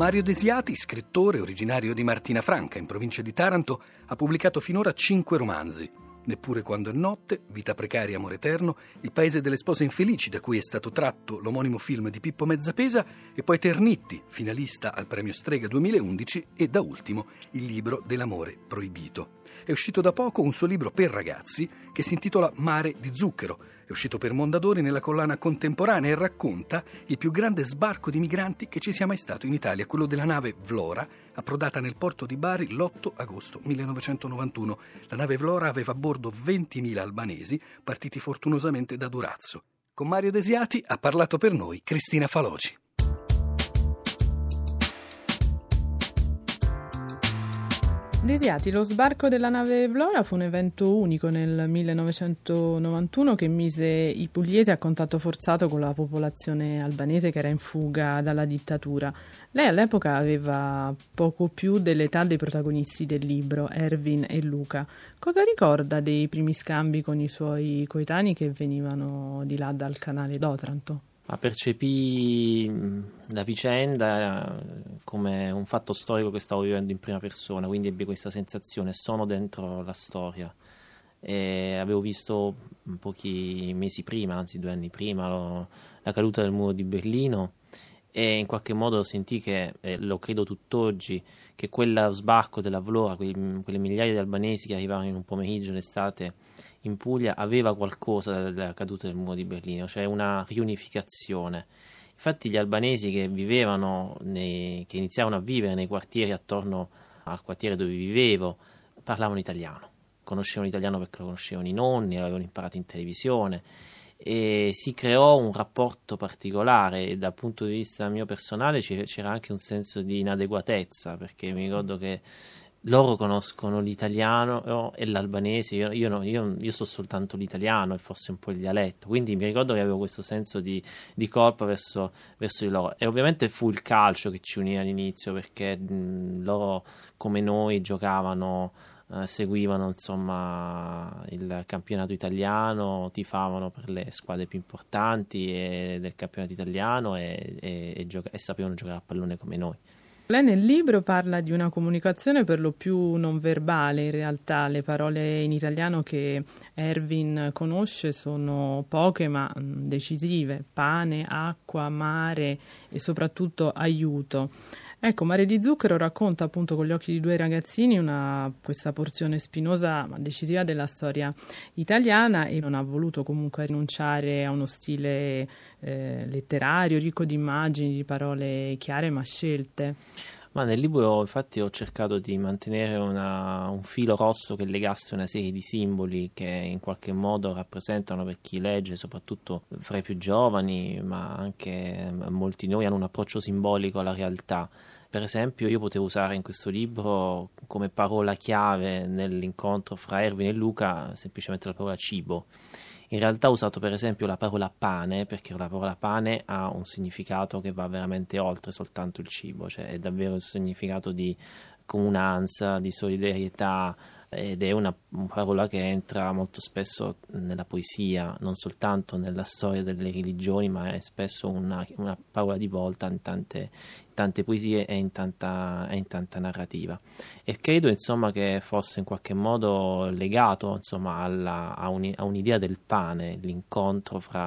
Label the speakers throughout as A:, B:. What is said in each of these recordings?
A: Mario Desiati, scrittore originario di Martina Franca, in provincia di Taranto, ha pubblicato finora 5 romanzi. Neppure quando è notte, Vita precaria, amore eterno, Il paese delle spose infelici, da cui è stato tratto l'omonimo film di Pippo Mezzapesa, e poi Ternitti, finalista al Premio Strega 2011, e da ultimo Il libro dell'amore proibito. È uscito da poco un suo libro per ragazzi che si intitola Mare di zucchero. È uscito per Mondadori nella collana Contemporanea e racconta il più grande sbarco di migranti che ci sia mai stato in Italia, quello della nave Vlora, approdata nel porto di Bari l'8 agosto 1991. La nave Vlora aveva a bordo 20.000 albanesi, partiti fortunosamente da Durazzo. Con Mario Desiati ha parlato per noi Cristina Faloci.
B: Desiati, lo sbarco della nave Vlora fu un evento unico nel 1991 che mise i pugliesi a contatto forzato con la popolazione albanese che era in fuga dalla dittatura. Lei all'epoca aveva poco più dell'età dei protagonisti del libro, Erwin e Luca. Cosa ricorda dei primi scambi con i suoi coetanei che venivano di là dal canale d'Otranto?
C: Percepì la vicenda come un fatto storico che stavo vivendo in prima persona, quindi ebbi questa sensazione: sono dentro la storia. E avevo visto pochi mesi prima, anzi 2 anni prima, la caduta del muro di Berlino, e in qualche modo sentì che, lo credo tutt'oggi, che quel sbarco della Vlora, quelle migliaia di albanesi che arrivavano in un pomeriggio d'estate in Puglia, aveva qualcosa della caduta del muro di Berlino, cioè una riunificazione. Infatti gli albanesi che vivevano, che iniziavano a vivere nei quartieri attorno al quartiere dove vivevo, parlavano italiano, conoscevano l'italiano perché lo conoscevano i nonni, l'avevano imparato in televisione, e si creò un rapporto particolare. E dal punto di vista mio personale c'era anche un senso di inadeguatezza, perché mi ricordo che loro conoscono l'italiano e l'albanese, io so soltanto l'italiano e forse un po' il dialetto, quindi mi ricordo che avevo questo senso di colpa verso di loro. E ovviamente fu il calcio che ci unì all'inizio, perché loro, come noi, giocavano, seguivano insomma il campionato italiano, tifavano per le squadre più importanti del campionato italiano e sapevano giocare a pallone come noi.
B: Lei nel libro parla di una comunicazione per lo più non verbale. In realtà le parole in italiano che Erwin conosce sono poche ma decisive: pane, acqua, mare e soprattutto aiuto. Ecco, Mare di zucchero racconta appunto con gli occhi di 2 ragazzini questa porzione spinosa ma decisiva della storia italiana, e non ha voluto comunque rinunciare a uno stile letterario ricco di immagini, di parole chiare ma scelte.
C: Ma nel libro infatti ho cercato di mantenere un filo rosso che legasse una serie di simboli che in qualche modo rappresentano, per chi legge, soprattutto fra i più giovani, ma anche molti di noi, hanno un approccio simbolico alla realtà. Per esempio, io potevo usare in questo libro come parola chiave nell'incontro fra Erwin e Luca semplicemente la parola cibo. In realtà ho usato per esempio la parola pane, perché la parola pane ha un significato che va veramente oltre soltanto il cibo, cioè è davvero il significato di comunanza, di solidarietà, ed è una parola che entra molto spesso nella poesia, non soltanto nella storia delle religioni, ma è spesso una parola di volta in tante poesie e in tanta narrativa. E credo insomma che fosse in qualche modo legato insomma a un'idea del pane, l'incontro fra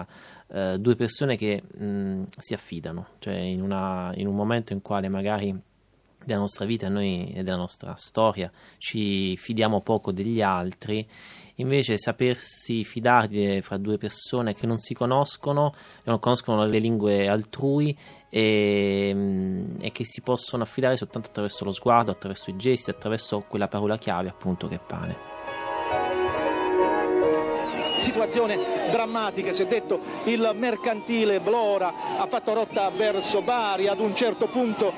C: 2 persone che si affidano, cioè in un momento in quale magari della nostra vita noi e della nostra storia ci fidiamo poco degli altri, invece sapersi fidare fra 2 persone che non si conoscono e non conoscono le lingue altrui e che si possono affidare soltanto attraverso lo sguardo, attraverso i gesti, attraverso quella parola chiave appunto che è pane.
D: Situazione drammatica, si è detto, il mercantile Vlora ha fatto rotta verso Bari, ad un certo punto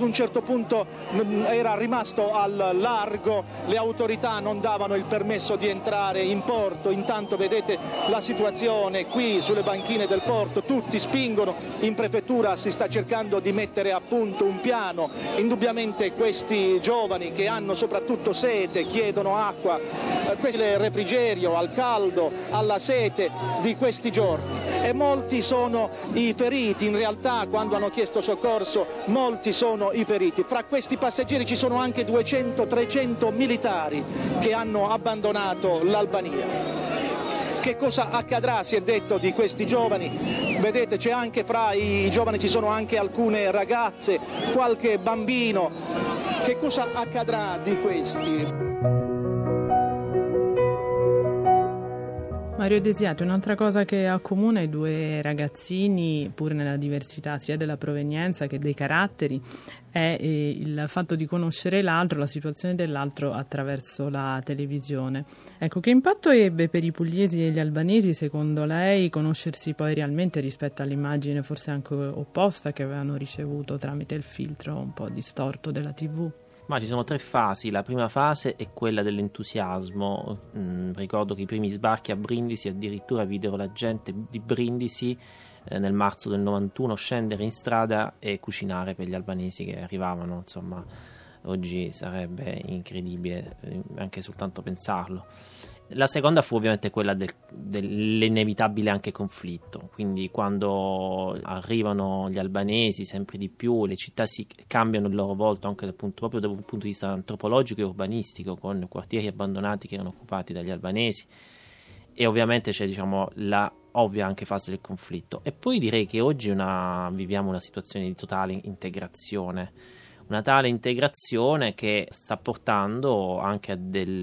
D: era rimasto al largo, le autorità non davano il permesso di entrare in porto. Intanto vedete la situazione qui sulle banchine del porto, tutti spingono, in prefettura si sta cercando di mettere a punto un piano. Indubbiamente questi giovani che hanno soprattutto sete chiedono acqua, refrigerio al caldo, dalla sete di questi giorni. E molti sono i feriti, in realtà quando hanno chiesto soccorso molti sono i feriti. Fra questi passeggeri ci sono anche 200-300 militari che hanno abbandonato l'Albania. Che cosa accadrà, si è detto, di questi giovani? Vedete, c'è anche fra i giovani, ci sono anche alcune ragazze, qualche bambino. Che cosa accadrà di questi?
B: Mario Desiato, un'altra cosa che accomuna i due ragazzini, pur nella diversità sia della provenienza che dei caratteri, è il fatto di conoscere l'altro, la situazione dell'altro attraverso la televisione. Ecco, che impatto ebbe per i pugliesi e gli albanesi, secondo lei, conoscersi poi realmente rispetto all'immagine forse anche opposta che avevano ricevuto tramite il filtro un po' distorto della TV?
C: Ma ci sono 3 fasi. La prima fase è quella dell'entusiasmo. Ricordo che i primi sbarchi a Brindisi addirittura videro la gente di Brindisi nel marzo del 91 scendere in strada e cucinare per gli albanesi che arrivavano. Insomma, oggi sarebbe incredibile anche soltanto pensarlo. La seconda fu ovviamente quella dell'inevitabile anche conflitto, quindi quando arrivano gli albanesi sempre di più, le città si cambiano il loro volto anche proprio da un punto di vista antropologico e urbanistico, con quartieri abbandonati che erano occupati dagli albanesi, e ovviamente c'è, diciamo, la ovvia anche fase del conflitto. E poi direi che oggi viviamo una situazione di totale integrazione. Una tale integrazione che sta portando anche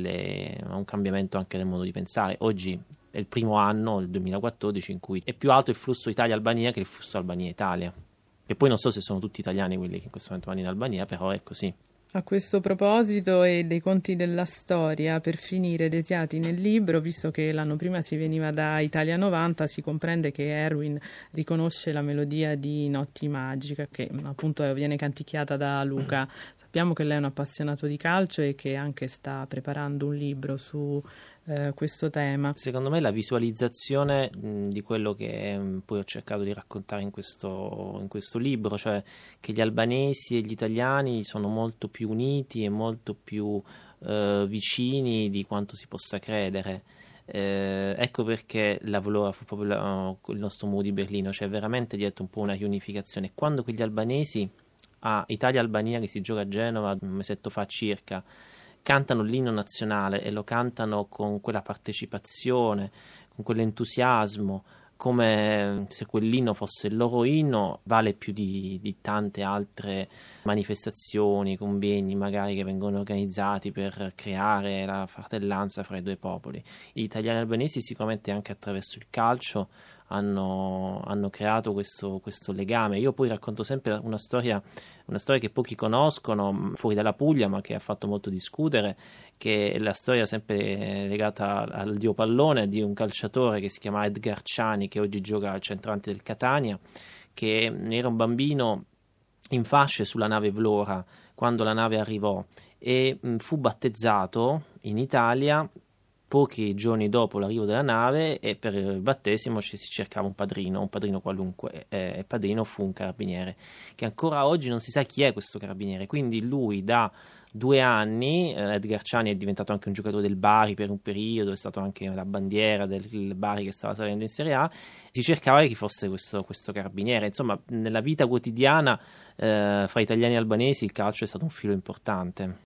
C: a un cambiamento anche del modo di pensare. Oggi è il primo anno, il 2014, in cui è più alto il flusso Italia-Albania che il flusso Albania-Italia. E poi non so se sono tutti italiani quelli che in questo momento vanno in Albania, però è così.
B: A questo proposito e dei conti della storia, per finire, Desiati, nel libro, visto che l'anno prima si veniva da Italia 90, si comprende che Erwin riconosce la melodia di Notti Magica, che appunto viene canticchiata da Luca. Sappiamo che lei è un appassionato di calcio e che anche sta preparando un libro su questo tema.
C: Secondo me la visualizzazione di quello che poi ho cercato di raccontare in questo libro, cioè che gli albanesi e gli italiani sono molto più uniti e molto più vicini di quanto si possa credere. Ecco perché la Vlora fu proprio il nostro muro di Berlino, cioè veramente dietro un po' una riunificazione. Quando quegli albanesi a Italia-Albania, che si gioca a Genova un mesetto fa circa, cantano l'inno nazionale e lo cantano con quella partecipazione, con quell'entusiasmo, come se quell'inno fosse il loro inno, vale più di tante altre manifestazioni, convegni magari che vengono organizzati per creare la fratellanza fra i due popoli. Gli italiani e albanesi sicuramente anche attraverso il calcio hanno creato questo legame. Io poi racconto sempre una storia che pochi conoscono fuori dalla Puglia, ma che ha fatto molto discutere, che è la storia sempre legata al dio pallone di un calciatore che si chiama Edgar Ciani, che oggi gioca al centravanti del Catania, che era un bambino in fasce sulla nave Vlora quando la nave arrivò e fu battezzato in Italia pochi giorni dopo l'arrivo della nave, e per il battesimo si cercava un padrino qualunque, e il padrino fu un carabiniere, che ancora oggi non si sa chi è questo carabiniere. Quindi lui da 2 anni, Edgar Ciani è diventato anche un giocatore del Bari per un periodo, è stato anche la bandiera del Bari che stava salendo in Serie A, si cercava chi fosse questo carabiniere. Insomma, nella vita quotidiana fra italiani e albanesi il calcio è stato un filo importante.